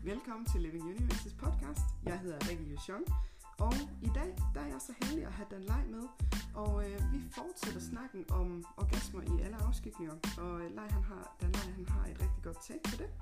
Velkommen til Living Universes podcast. Jeg hedder Rikke Juchon, og i dag der er jeg så heldig at have Dan Lej med. Og vi fortsætter snakken om orgasmer i alle afskygninger. Og Dan Lej han har et rigtig godt take på det.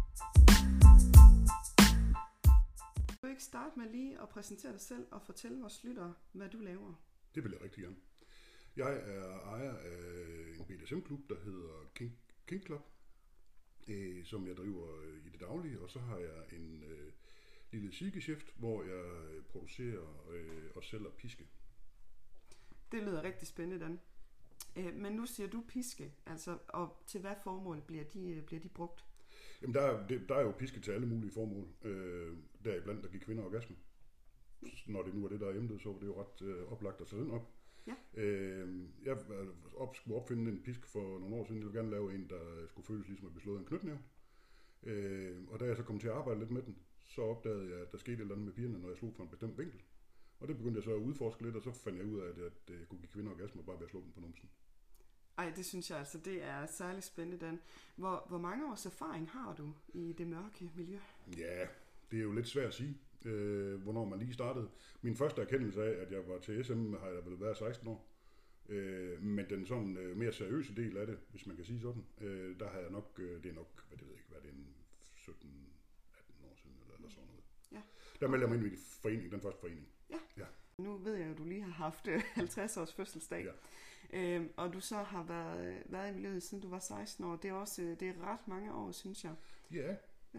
Vil du ikke starte med lige at præsentere dig selv og fortælle vores lyttere, hvad du laver? Det vil jeg rigtig gerne. Jeg er ejer af en BDSM-klub, der hedder King Club, som jeg driver i det daglige, og så har jeg en lille sigegeschæft, hvor jeg producerer og sælger piske. Det lyder rigtig spændende, Dan. Men nu siger du piske, altså, og til hvad formål bliver de brugt? Jamen, der er jo piske til alle mulige formål. Deriblandt der giver kvinder orgasme. Når det nu er det, der er emnet, så er det jo ret oplagt at tage den op. Ja. Jeg skulle opfinde en pisk for nogle år siden. Jeg ville gerne lave en, der skulle føles ligesom at blive slået af en knytnæve. Og da jeg så kom til at arbejde lidt med den, så opdagede jeg, at der skete et eller andet med pigerne, når jeg slog fra en bestemt vinkel. Og det begyndte jeg så at udforske lidt, og så fandt jeg ud af, at jeg kunne give kvinder orgasme bare ved at slå dem på numsen. Ej, det synes jeg altså, det er særligt spændende, Dan. Hvor mange års erfaring har du i det mørke miljø? Ja, det er jo lidt svært at sige, hvornår man lige startede. Min første erkendelse af, at jeg var til SM, har jeg vel været 16 år. Men den sådan mere seriøse del af det, hvis man kan sige sådan, der har jeg nok, det er nok, hvad det ved jeg ikke, hvad det er, 17-18 år siden eller sådan noget. Ja. Der meldte jeg mig ind i forening, den første forening. Ja. Nu ved jeg jo, at du lige har haft 50 års fødselsdag. Ja. Og du så har været i miljøet siden du var 16 år. Det er også det er ret mange år, synes jeg. Ja.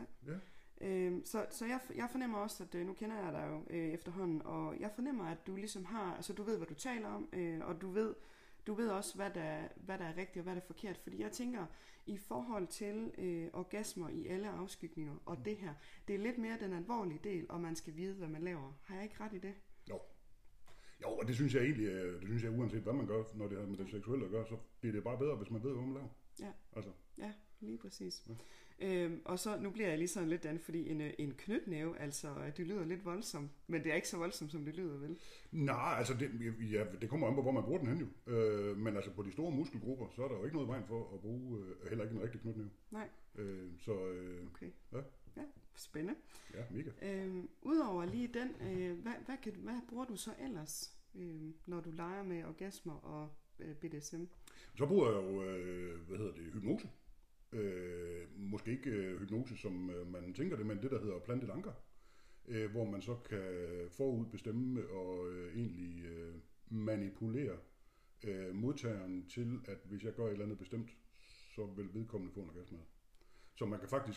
Så jeg fornemmer også, at nu kender jeg dig jo efterhånden, og jeg fornemmer, at du ligesom har, altså du ved, hvad du taler om, og du ved også, hvad der er rigtigt og hvad der er forkert. Fordi jeg tænker, i forhold til orgasmer i alle afskygninger, og det her, det er lidt mere den alvorlige del, og man skal vide, hvad man laver. Har jeg ikke ret i det? Jo, og det synes jeg egentlig, uanset hvad man gør, når det har med det seksuelle at gøre, så bliver det bare bedre, hvis man ved, hvad man laver. Ja. Altså. Ja, lige præcis. Ja. Og så nu bliver jeg lige sådan lidt andet, fordi en knytnæve, altså det lyder lidt voldsomt, men det er ikke så voldsomt, som det lyder, vel? Nej, altså det kommer an på, hvor man bruger den hen jo. Men altså på de store muskelgrupper, så er der jo ikke noget vejen for at bruge heller ikke en rigtig knytnæve. Nej. Okay. Ja, spændende. Ja, mega. Udover lige den, hvad bruger du så ellers, når du leger med orgasmer og BDSM? Så bruger jeg jo, hypnose. Måske ikke hypnose, som man tænker det, men det, der hedder plantet anker. Hvor man så kan forudbestemme og egentlig manipulere modtageren til, at hvis jeg gør et eller andet bestemt, så vil vedkommende få en orgasme. Så man kan faktisk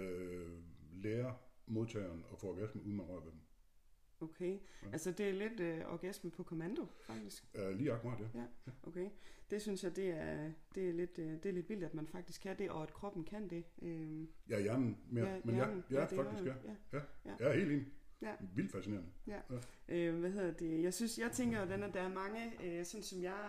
lære modtageren at få orgasme, uden man rører ved dem. Okay, ja. Altså det er lidt orgasme på kommando, faktisk. Lige akkurat, ja. Ja, okay. Det synes jeg, det er lidt vildt, at man faktisk kan det, og at kroppen kan det. Ja, hjernen mere, ja, men hjernen, ja, faktisk, ja. Jeg er helt enig. Ja. Vildt fascinerende. Ja. Jeg tænker jo, at der er mange, sådan som jeg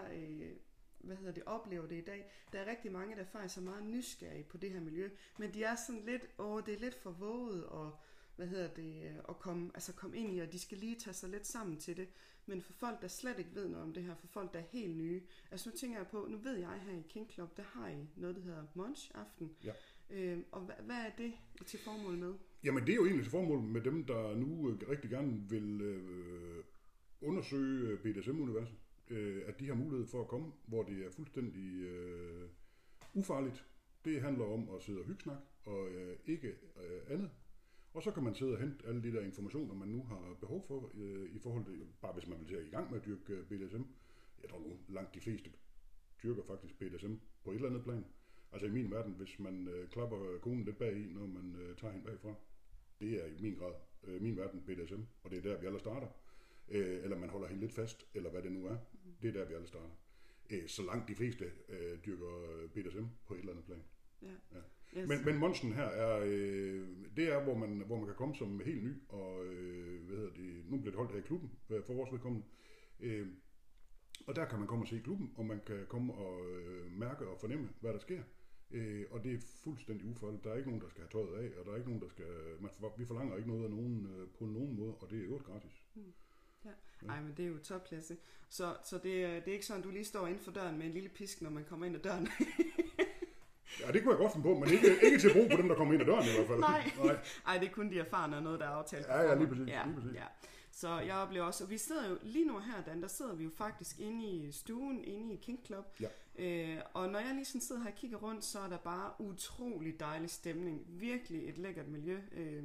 oplever det i dag. Der er rigtig mange, der faktisk er meget nysgerrige på det her miljø, men de er sådan lidt, det er lidt for våget og at komme ind i, og de skal lige tage sig lidt sammen til det. Men for folk, der slet ikke ved noget om det her, for folk, der er helt nye, altså nu tænker jeg på, nu ved jeg her i King Club, der har I noget, der hedder Munch-aften. Ja. Og hvad er det til formål med? Jamen det er jo egentlig til formål med dem, der nu rigtig gerne vil undersøge BDSM-universet, at de har mulighed for at komme, hvor det er fuldstændig ufarligt. Det handler om at sidde og hyggesnak, og ikke andet. Og så kan man sidde og hente alle de der informationer, man nu har behov for, i forhold til, bare hvis man vil til at i gang med at dyrke BDSM. Jeg tror nu, langt de fleste dyrker faktisk BDSM på et eller andet plan. Altså i min verden, hvis man klapper konen lidt bag i, når man tager hende bagfra. Det er i min verden BDSM, og det er der, vi alle starter. Eller man holder hende lidt fast, eller hvad det nu er. Det er der, vi alle starter. Så langt de fleste dyrker BDSM på et eller andet plan. Ja. Yes. Men Monsen her er, det er, hvor man kan komme som helt ny, og nu bliver det holdt her i klubben for vores vedkommende. Og der kan man komme og se klubben, og man kan komme og mærke og fornemme, hvad der sker. Og det er fuldstændig ufarligt. Der er ikke nogen, der skal have tøjet af, og der er ikke nogen, der skal... Vi forlanger ikke noget af nogen på nogen måde, og det er jo gratis. Ja. Ej, men det er jo topklasse. Så det er ikke sådan, du lige står inden for døren med en lille pisk, når man kommer ind ad døren. Ja, det kunne jeg godt finde på, men ikke til brug for dem, der kommer ind ad døren i hvert fald. Nej, det er kun de erfarne og noget, der er aftalt. Ja, lige præcis. Ja, lige præcis. Ja. Så jeg oplever også, og vi sidder jo lige nu her, Dan, der sidder vi jo faktisk inde i stuen, inde i King Club. Ja. Og når jeg lige sådan sidder her og kigger rundt, så er der bare utrolig dejlig stemning. Virkelig et lækkert miljø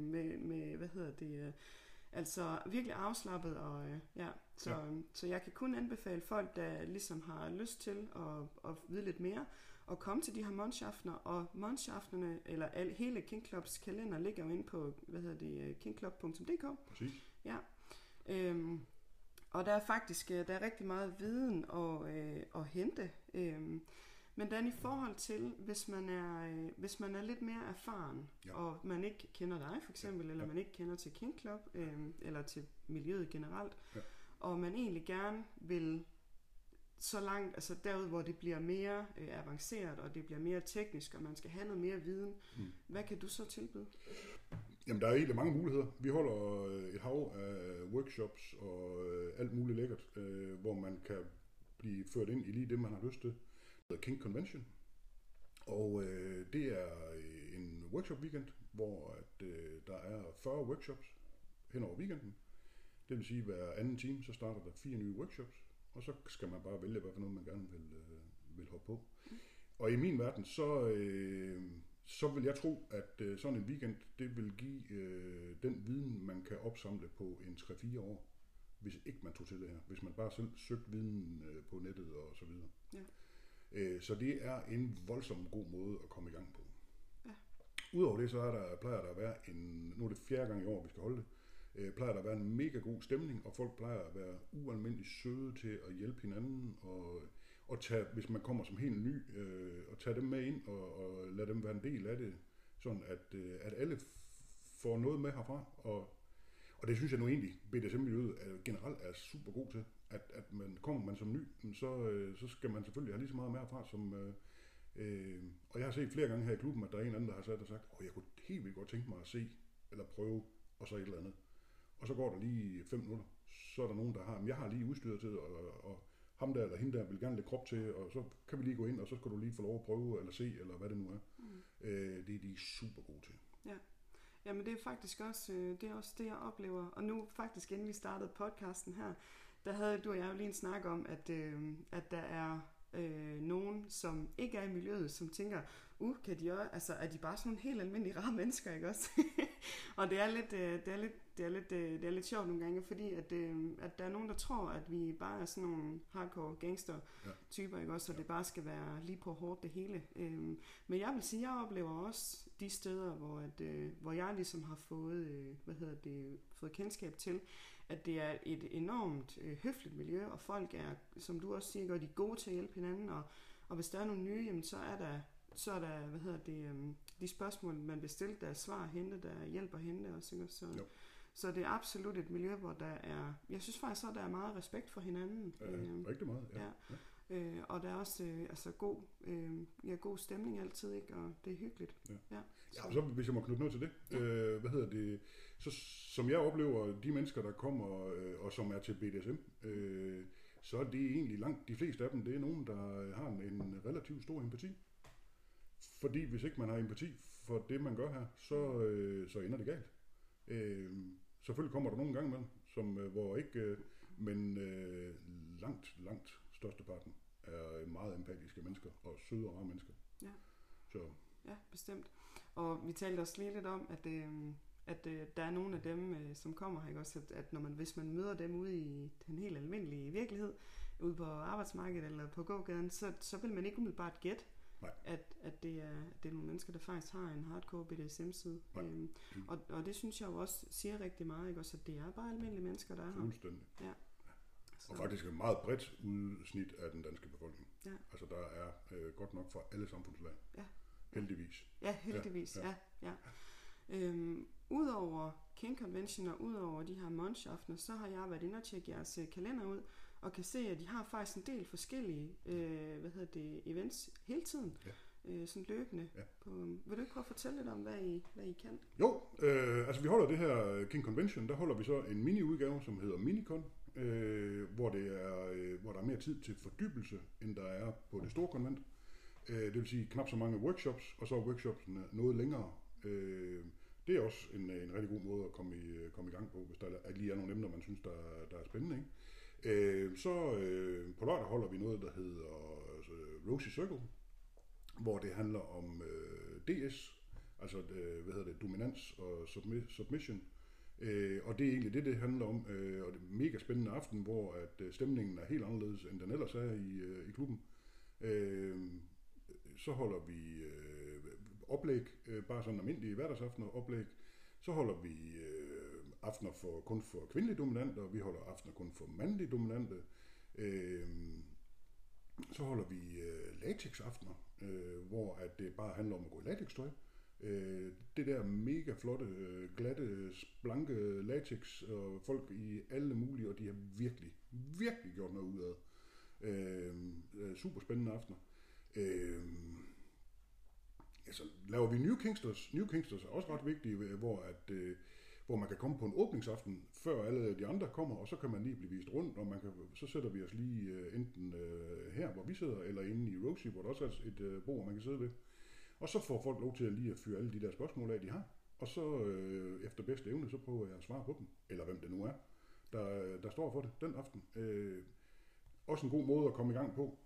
med altså virkelig afslappet. Og, så jeg kan kun anbefale folk, der ligesom har lyst til at vide lidt mere, og komme til de her Munch-aftener. Og Munch-aftenerne, eller hele King Clubs kalender, ligger jo inde på, kingclub.dk. Præcis. Ja. Og der er faktisk der er rigtig meget viden at hente. Men den i forhold til, hvis man er lidt mere erfaren, og man ikke kender dig for eksempel, eller man ikke kender til King Club, eller til miljøet generelt, og man egentlig gerne vil så langt, altså derud, hvor det bliver mere avanceret, og det bliver mere teknisk, og man skal have noget mere viden, hvad kan du så tilbyde? Jamen, der er egentlig mange muligheder. Vi holder et hav af workshops og alt muligt lækkert, hvor man kan blive ført ind i lige det, man har lyst til. Det hedder King Convention. Og det er en workshop weekend, hvor der er 40 workshops hen over weekenden. Det vil sige, at hver anden time, så starter der 4 nye workshops, og så skal man bare vælge, hvad for noget man gerne vil hoppe på. Og i min verden, så vil jeg tro, at sådan en weekend, det vil give den viden, man kan opsamle på en 3-4 år, hvis ikke man tog til det her. Hvis man bare selv søgte viden på nettet og så videre. Ja. Så det er en voldsom god måde at komme i gang på. Ja. Udover det, så plejer der at være nu er det 4. gang i år, vi skal holde det, plejer der at være en mega god stemning, og folk plejer at være ualmindeligt søde til at hjælpe hinanden, og tage, hvis man kommer som helt ny, og tage dem med ind, og lade dem være en del af det, sådan at alle får noget med herfra, og det synes jeg nu egentlig, BDSM-miljøet generelt er super god til, at kommer man som ny, så skal man selvfølgelig have lige så meget med herfra, som, og jeg har set flere gange her i klubben, at der er en anden, der har sagt, jeg kunne helt vildt godt tænke mig at se, eller prøve, og så et eller andet. Og så går der lige 5 minutter, så er der nogen, der har, jeg har lige udstyret til, og ham der eller hende der vil gerne lægge krop til, og så kan vi lige gå ind, og så skal du lige få lov at prøve, eller se, eller hvad det nu er. Det er de super gode til. Ja. Jamen det er faktisk også det, jeg oplever. Og nu faktisk, inden vi startede podcasten her, der havde du og jeg jo lige en snak om, at der er nogen, som ikke er i miljøet, som tænker, kan de også, altså er de bare sådan nogle helt almindelige rare mennesker, ikke også? Og det er lidt sjovt nogle gange, fordi at der er nogen, der tror, at vi bare er sådan nogle hardcore gangster-typer, ikke også? Og det bare skal være lige på hårdt det hele. Men jeg vil sige, jeg oplever også de steder, hvor jeg ligesom har fået, fået kendskab til, at det er et enormt høfligt miljø, og folk er, som du også siger, de er gode til at hjælpe hinanden, og hvis der er nogle nye, jamen, så er der de spørgsmål, man vil stille, der er svar at hente, der er hjælp at hente også, ikke? Så det er absolut et miljø, hvor der er, jeg synes faktisk, at der er meget respekt for hinanden. Rigtig meget, ja. Og der er også god stemning altid, ikke? Og det er hyggeligt. Ja, og så hvis jeg må knytte noget til det, så som jeg oplever de mennesker, der kommer og som er til BDSM, så er det egentlig langt de fleste af dem, det er nogen, der har en relativt stor empati. Fordi hvis ikke man har empati for det, man gør her, så ender det galt. Selvfølgelig kommer der nogle gange imellem, hvor ikke, men langt størsteparten er meget empatiske mennesker og søde og rare mennesker. Ja. Så. Ja, bestemt. Og vi talte også lige lidt om, at der er nogle af dem, som kommer her, ikke også, at hvis man møder dem ude i den helt almindelige virkelighed, ude på arbejdsmarkedet eller på gågaden, så vil man ikke umiddelbart gætte, at det er nogle mennesker, der faktisk har en hardcore BDSM-side. Og det synes jeg jo også siger rigtig meget, ikke også, at det er bare almindelige mennesker, der er her. Fuldstændig. Ja. Og faktisk et meget bredt udsnit af den danske befolkning. Ja. Altså der er godt nok fra alle samfundslag. Ja. Heldigvis. Ja, heldigvis, ja. Udover King Convention og udover de her Munch-aftener, så har jeg været inde og tjekke jeres kalender ud, og kan se, at de har faktisk en del forskellige events hele tiden. Ja. Sådan løbende. Ja. Vil du ikke prøve at fortælle lidt om, hvad I kan? Jo, altså vi holder det her King Convention, der holder vi så en mini-udgave, som hedder Minicon, hvor der er mere tid til fordybelse, end der er på det store konvent. Det vil sige knap så mange workshops, og så er workshopsene noget længere. Det er også en rigtig god måde at komme i gang på, hvis der lige er nogle emner, man synes, der er spændende. Ikke? På lørdag holder vi noget, der hedder Rosy Circle, hvor det handler om DS, altså dominans og submission. Og det er egentlig det handler om, og det er en mega spændende aften, hvor at stemningen er helt anderledes, end den ellers er i klubben. Så holder vi oplæg, bare sådan almindelige hverdagsaftener oplæg. Så holder vi aftener kun for kvindelige dominante, og vi holder aftener kun for mandlige dominante. Så holder vi latex-aftener, hvor at det bare handler om at gå i latex-tøj. Det der mega flotte, glatte, blanke latex, og folk i alle mulige, og de har virkelig, virkelig gjort noget ud af. Super spændende aftener. Altså, laver vi New Kingsters. New Kingsters er også ret vigtige, hvor man kan komme på en åbningsaften, før alle de andre kommer, og så kan man lige blive vist rundt, og så sætter vi os lige enten her, hvor vi sidder, eller inde i Rosy, hvor der også er et bord, man kan sidde ved. Og så får folk lov til at lige at fyre alle de der spørgsmål af, de har. Og så efter bedste evne, så prøver jeg at svare på dem, eller hvem det nu er, der står for det den aften. Også en god måde at komme i gang på.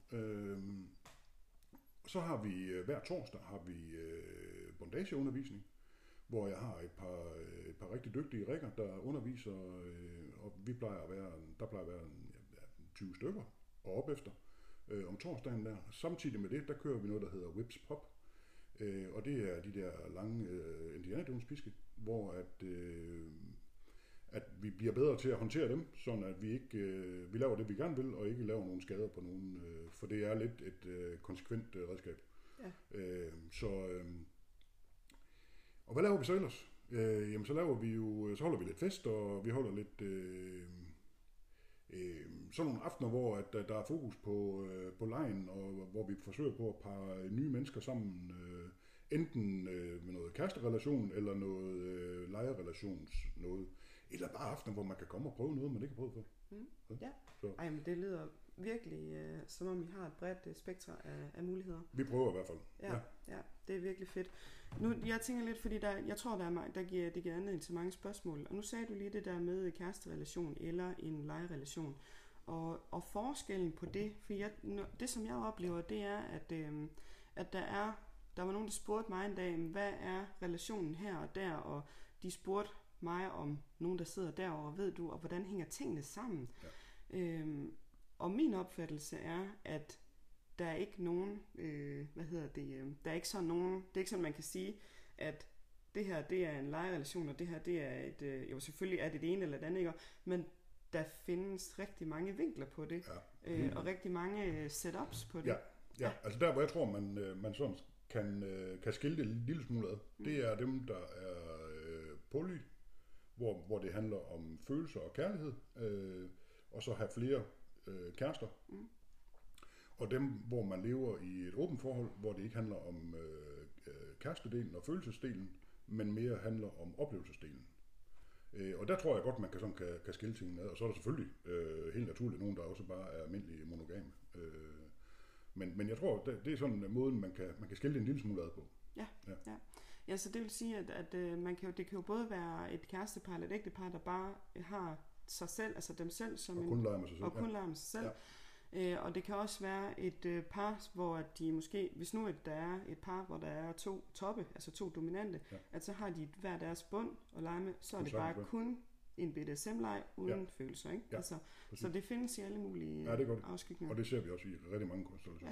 Så har vi hver torsdag bondageundervisning, hvor jeg har et par rigtig dygtige rikker, der underviser, og der plejer at være 20 stykker og op efter om torsdagen der. Samtidig med det, der kører vi noget, der hedder Whips Pop, og det er de der lange Indiana Jones piske, hvor at vi bliver bedre til at håndtere dem, sådan at vi laver det, vi gerne vil, og ikke laver nogen skader på nogen, for det er lidt et konsekvent redskab. Ja. Og hvad laver vi så ellers? Jamen så holder vi lidt fest, og vi holder lidt sådan nogle aftener, hvor at der er fokus på legen, og hvor vi forsøger på at parre nye mennesker sammen, enten med noget kæresterelation, eller noget lejerelations noget. Eller bare aftener, hvor man kan komme og prøve noget, man ikke har prøvet før. Ja. Ej, men det lyder virkelig, som om I har et bredt spektre af muligheder. Vi prøver i hvert fald. Ja, det er virkelig fedt. Nu, jeg tænker lidt, fordi jeg tror, det giver anledning til mange spørgsmål. Og nu sagde du lige det der med kæresterelation eller en lejerelation. Og forskellen på det, for det som jeg oplever, det er, at der var nogen, der spurgte mig en dag, hvad er relationen her og der, og de spurgte mig om nogen, der sidder derovre, ved du, og hvordan hænger tingene sammen. Ja. Og min opfattelse er, at der er ikke nogen, der er ikke sådan nogen, det er ikke sådan, man kan sige, at det her, det er en lejerelation, og det her, det er jo selvfølgelig er det ene eller det andet, ikke? Men der findes rigtig mange vinkler på det, og rigtig mange setups på det. Ja, altså der, hvor jeg tror, man sådan kan skille det en lille smule ad, det er dem, der er poly, hvor det handler om følelser og kærlighed, og så have flere kærester. Og dem, hvor man lever i et åbent forhold, hvor det ikke handler om kærestedelen og følelsesdelen, men mere handler om oplevelsesdelen. Og der tror jeg godt, man kan skille tingene ad. Og så er der selvfølgelig helt naturligt nogen, der også bare er almindelige monogame. Men jeg tror, det er sådan en måde, man kan skille en lille smule ad på. Ja, så det vil sige, at det kan jo både være et kærestepar eller et ægtepar, der bare har sig selv, altså dem selv, som kun leger med sig selv. Og kun leger med sig selv. Ja. Og det kan også være et par, hvor de måske, hvis nu der er et par, hvor der er 2 toppe, altså 2 dominante, at så har de hver deres bund at lege med, så er det bare kun en BDSM-leg uden følelser, ikke? Ja, altså, så det findes i alle mulige afskygninger. Og det ser vi også i rigtig mange konstellationer.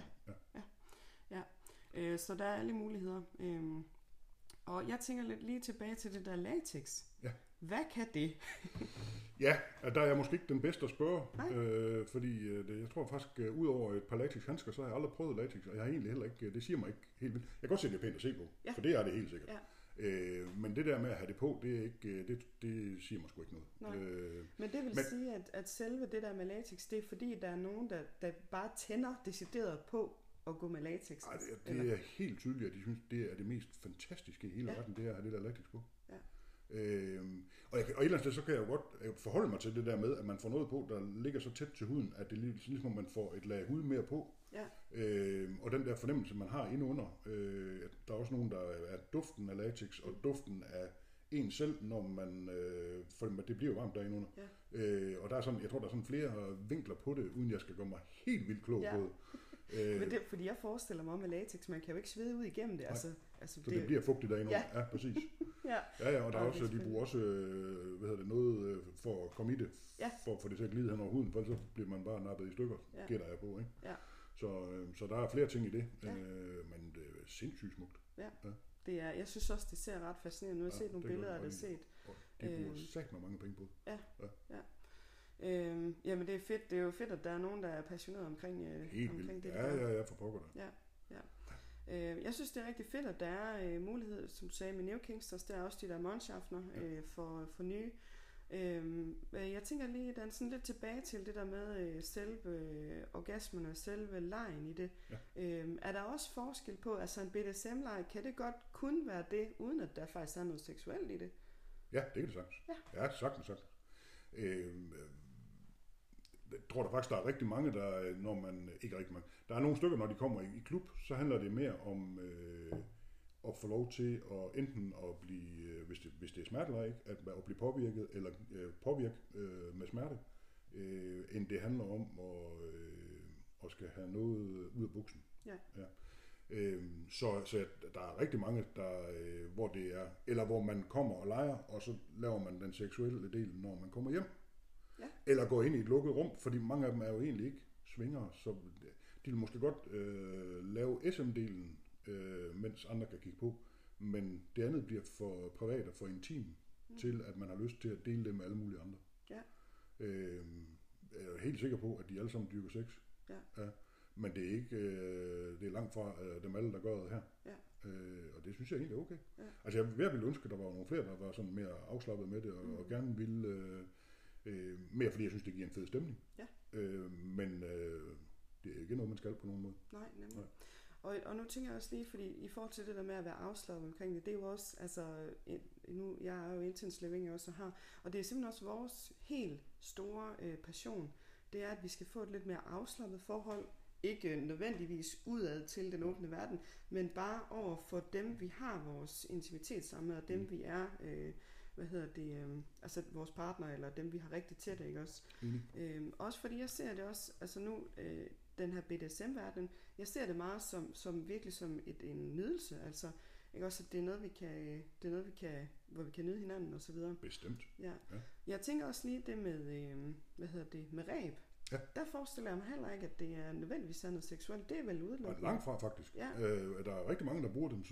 Ja. Så der er alle muligheder. Og jeg tænker lidt lige tilbage til det der latex. Ja. Hvad kan det? Ja, der er jeg måske ikke den bedste at spørge, fordi jeg tror faktisk, ud over et par latex-handsker, så har jeg aldrig prøvet latex, og jeg har egentlig heller ikke, det siger mig ikke helt vildt. Jeg kan godt se, det er pænt at se på, for det er det helt sikkert. Ja. Men det der med at have det på, det er ikke, det siger mig sgu ikke noget. Men det vil sige, at selve det der med latex, det er fordi, der er nogen, der bare tænder decideret på at gå med latex. Ej, det er helt tydeligt, at de synes, det er det mest fantastiske i hele verden, det er at have det der latex på. Ja. Og et eller andet sted, så kan jeg jo godt forholde mig til det der med, at man får noget på, der ligger så tæt til huden, at det er ligesom, at man får et lag hud mere på. Ja. Og den der fornemmelse, man har inde under, der er også nogen, der er duften af latex og duften af en selv, når man, for det bliver jo varmt derinde under. Ja. Og der er sådan, jeg tror, der er sådan flere vinkler på det, uden jeg skal gøre mig helt vildt klog på det. Men det, fordi jeg forestiller mig med latex, man kan jo ikke svede ud igennem det. Altså, så det bliver fugtigt derinde under. Ja, præcis. Ja, og der er også, de bruger også noget for at komme i det, for at få det til at glide hen over huden, for ellers så bliver man bare nappet i stykker, gætter jeg på. Ikke? Ja. Så der er flere ting i det, men det er sindssygt smukt. Ja. Det er, jeg synes også, det ser ret fascinerende. Nu har jeg set nogle billeder, der set. Og de bruger sagt med mange penge på. Ja. Jamen det er fedt. Det er jo fedt, at der er nogen, der er passioneret omkring det. Ja, for pokker der. Ja. Jeg synes, det er rigtig fedt, at der er mulighed, som du sagde, med Neokingsters. Der er også de der Mondschaffner for nye. Jeg tænker lige, der er sådan lidt tilbage til det der med selve orgasmen og selve lejen i det. Ja. Er der også forskel på, altså en BDSM-leg, kan det godt kun være det, uden at der faktisk er noget seksuelt i det? Ja, det kan det sagtens. Ja, sagtens. Jeg tror der faktisk, der er rigtig mange, der, når man, ikke rigtig mange, der er nogle stykker, når de kommer i klub, så handler det mere om at få lov til at enten at blive, hvis det er smerteleg, at blive påvirket, eller påvirke med smerte, end det handler om at skal have noget ud af buksen. Ja. Så der er rigtig mange, der, hvor det er, eller hvor man kommer og leger, og så laver man den seksuelle del, når man kommer hjem. Ja. Eller går ind i et lukket rum, fordi mange af dem er jo egentlig ikke svingere, så de vil måske godt lave SM-delen, mens andre kan kigge på, men det andet bliver for privat og for intim, til at man har lyst til at dele det med alle mulige andre. Ja. Jeg er helt sikker på, at de alle sammen dyrker sex. Ja. Men det er ikke, det er langt fra dem alle, der gør det her. Ja. Og det synes jeg egentlig er okay. Ja. Altså jeg ville ønske, at der var nogle flere, der var sådan mere afslappet med det, og gerne ville mere, fordi jeg synes, det giver en fed stemning. Ja. Men det er ikke noget, man skal på nogen måde. Nej, nemlig. Nej. Og nu tænker jeg også lige, fordi i forhold til det der med at være afslappet omkring det, det er jo også, altså, nu, jeg er jo intense living også og det er simpelthen også vores helt store passion, det er, at vi skal få et lidt mere afslappet forhold, ikke nødvendigvis udad til den åbne verden, men bare over for dem, vi har vores intimitet sammen med, og dem vi er, altså vores partner, eller dem vi har rigtig tæt, ikke også? Også fordi jeg ser det også, altså nu, den her BDSM-verden, jeg ser det meget som virkelig som en nydelse, altså, ikke også, at det er noget, vi kan, hvor vi kan nyde hinanden, og så videre. Bestemt. Ja. Jeg tænker også lige det med, med ræb. Ja. Der forestiller jeg mig heller ikke, at det er nødvendigvis noget seksuelt. Det er vel udelukket. Langt fra faktisk. Ja. Der er rigtig mange, der bruger dem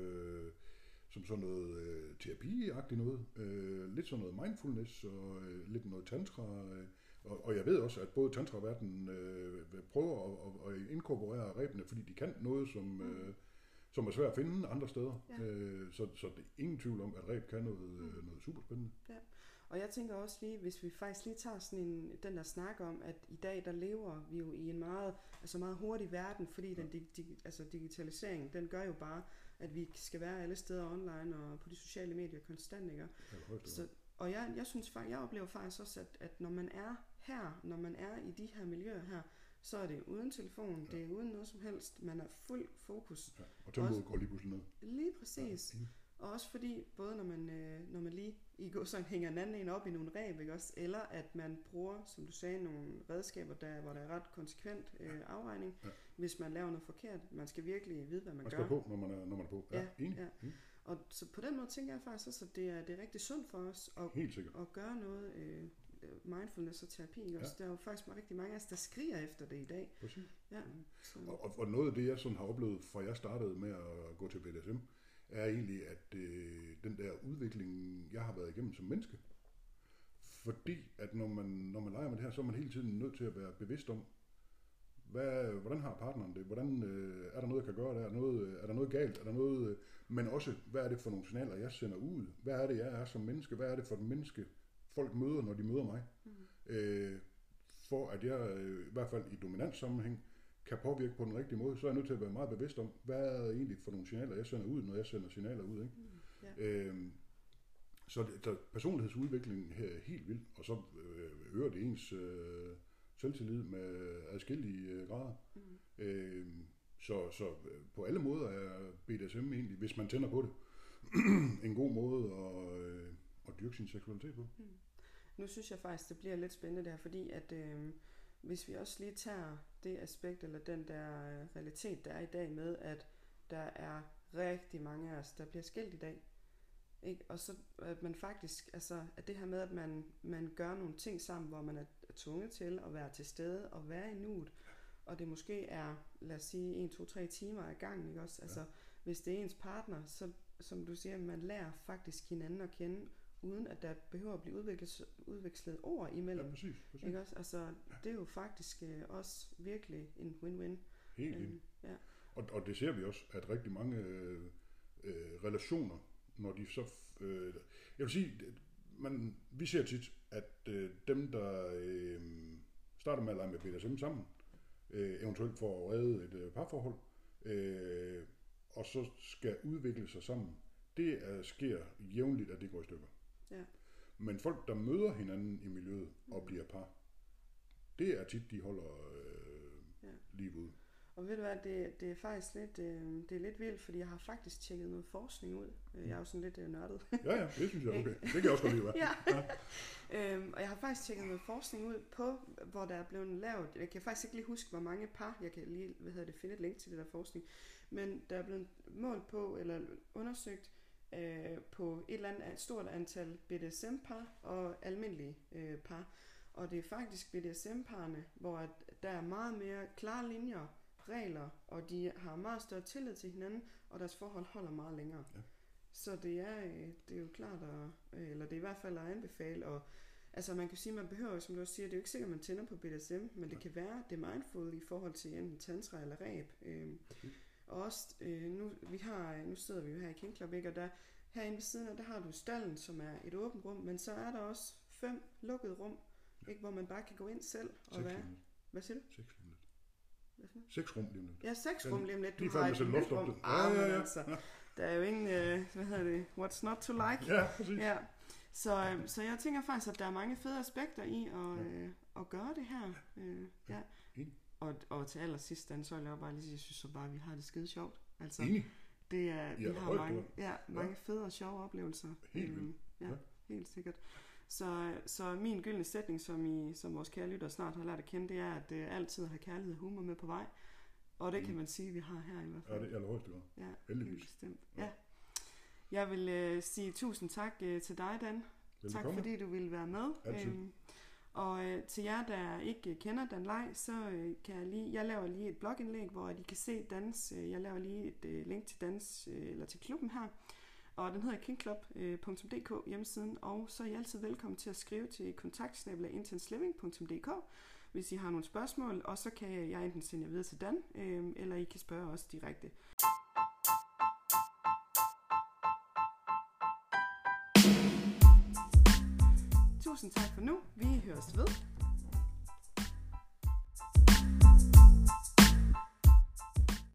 som sådan noget terapi-agtigt noget. Lidt sådan noget mindfulness og lidt noget tantra. Og jeg ved også, at både tantraverdenen prøver at inkorporere rebene, fordi de kan noget, som er svært at finde andre steder. Ja. Så det er ingen tvivl om, at reb kan noget super spændende. Ja. Og jeg tænker også lige, hvis vi faktisk lige tager sådan den der snak om, at i dag der lever vi jo i en meget hurtig verden, fordi den digitalisering, den gør jo bare, at vi skal være alle steder online og på de sociale medier konstant, ikke? Og jeg synes faktisk, jeg oplever faktisk også, at når man er her, når man er i de her miljøer her, så er det uden telefon, det er uden noget som helst, man er fuld fokus. Ja, og tempoet går lige pludselig ned. Lige præcis. Ja. Og også fordi, både når man lige i går så hænger en anden en op i nogle ræb, ikke også? Eller at man bruger, som du sagde, nogle redskaber, hvor der er ret konsekvent afregning, hvis man laver noget forkert. Man skal virkelig vide, hvad man gør. Man skal på, når man er på. Ja, enig. Ja. Og så på den måde tænker jeg faktisk også, at det er rigtig sundt for os at gøre noget mindfulness og terapi. Ja. Også. Der er jo faktisk rigtig mange af os, der skriger efter det i dag. Præcis. Ja, og noget af det, jeg sådan har oplevet, fra jeg startede med at gå til BDSM, er egentlig, at den der udvikling, jeg har været igennem som menneske, fordi at når man leger med det her, så er man hele tiden nødt til at være bevidst om, hvordan har partneren det, hvordan er der noget, jeg kan gøre, er der noget galt, er der noget, men også, hvad er det for nogle signaler, jeg sender ud, hvad er det, jeg er som menneske, hvad er det for et menneske, folk møder, når de møder mig, for at jeg i hvert fald i dominans sammenhæng, kan påvirke på den rigtige måde, så er jeg nødt til at være meget bevidst om, hvad er det egentlig for nogle signaler, jeg sender ud, når jeg sender signaler ud. Ikke? Så personlighedsudviklingen her er helt vild, og så øger det ens selvtillid med adskillige grader. Så på alle måder er BDSM egentlig, hvis man tænder på det, en god måde at dyrke sin seksualitet på. Nu synes jeg faktisk, det bliver lidt spændende der, fordi at hvis vi også lige tager det aspekt, eller den der realitet, der er i dag med, at der er rigtig mange af os, der bliver skilt i dag. Ikke? Og så at man faktisk, altså at det her med, at man gør nogle ting sammen, hvor man er tvunget til at være til stede og være i nuet, og det måske er, lad os sige, 1, 2, 3 timer ad gangen, ikke også? Altså, hvis det er ens partner, så som du siger, man lærer faktisk hinanden at kende, uden at der behøver at blive udvekslet ord imellem. Ja, præcis. Ikke også? Altså, det er jo faktisk også virkelig en win-win. Helt vildt. Ja. Og det ser vi også, at rigtig mange relationer, når de så... jeg vil sige, vi ser tit, at dem, der starter med at lege med BDSM sammen, eventuelt for at redde et parforhold, og så skal udvikle sig sammen, det sker jævnligt, at det går i stykker. Ja. Men folk, der møder hinanden i miljøet og bliver par, det er tit, de holder livet ud. Og ved du hvad, det er faktisk lidt, det er lidt vildt, fordi jeg har faktisk tjekket noget forskning ud. Jeg er jo sådan lidt nørdet. Ja, det synes jeg er okay. Det kan jeg også godt lide, ja. Og jeg har faktisk tjekket noget forskning ud på, hvor der er blevet lavet, jeg kan faktisk ikke lige huske, hvor mange par, jeg kan lige, finde et link til det der forskning, men der er blevet målt på, eller undersøgt på et eller andet stort antal BDSM-par og almindelige par. Og det er faktisk BDSM-parerne, hvor der er meget mere klare linjer, regler, og de har meget større tillid til hinanden, og deres forhold holder meget længere. Ja. Så det er jo klart, eller det er i hvert fald at anbefale, og altså man kan sige, man behøver, som du også siger, det er jo ikke sikkert, at man tænder på BDSM, men det kan være, det er mindful i forhold til enten tantra eller ræb. Og også, nu sidder vi jo her i Kink Club, ikke? Og der, herinde ved siden af, der har du stallen, som er et åbent rum, men så er der også 5 lukkede rum, ikke, hvor man bare kan gå ind selv og være. Hvad siger du? 6 rum lige om lidt. Ja, 6 rum lige om lidt. Du har et loft op det. Ja. Altså, der er jo ingen, what's not to like. Ja, præcis. Ja. Så jeg tænker faktisk, at der er mange fede aspekter i at gøre det her. Ja. Og til allersidst, så vil jeg bare lige sige, jeg synes så bare, at vi har det skide sjovt. Altså, det er, vi har mange fede og sjove oplevelser. Helt vildt. Ja, helt sikkert. Så min gyldne sætning, som vores kære lytter snart har lært at kende, det er, at altid have kærlighed og humor med på vej. Og det kan man sige, vi har her i hvert fald. Ja, det er allerhøjeste grad. Ja, heldigvis. Bestemt. Ja. Jeg vil sige tusind tak til dig, Dan. Tak fordi du ville være med. Og til jer, der ikke kender Dan Lej, så kan jeg laver lige et blogindlæg, hvor I kan se Dans. Jeg laver lige et link til Dans, eller til klubben her. Og den hedder kinkclub.dk hjemmesiden, og så er I altid velkommen til at skrive til kontakt@intenseliving.dk, hvis I har nogle spørgsmål, og så kan jeg enten sende jer videre til Dan, eller I kan spørge os direkte. Tusind tak for nu. Vi høres ved.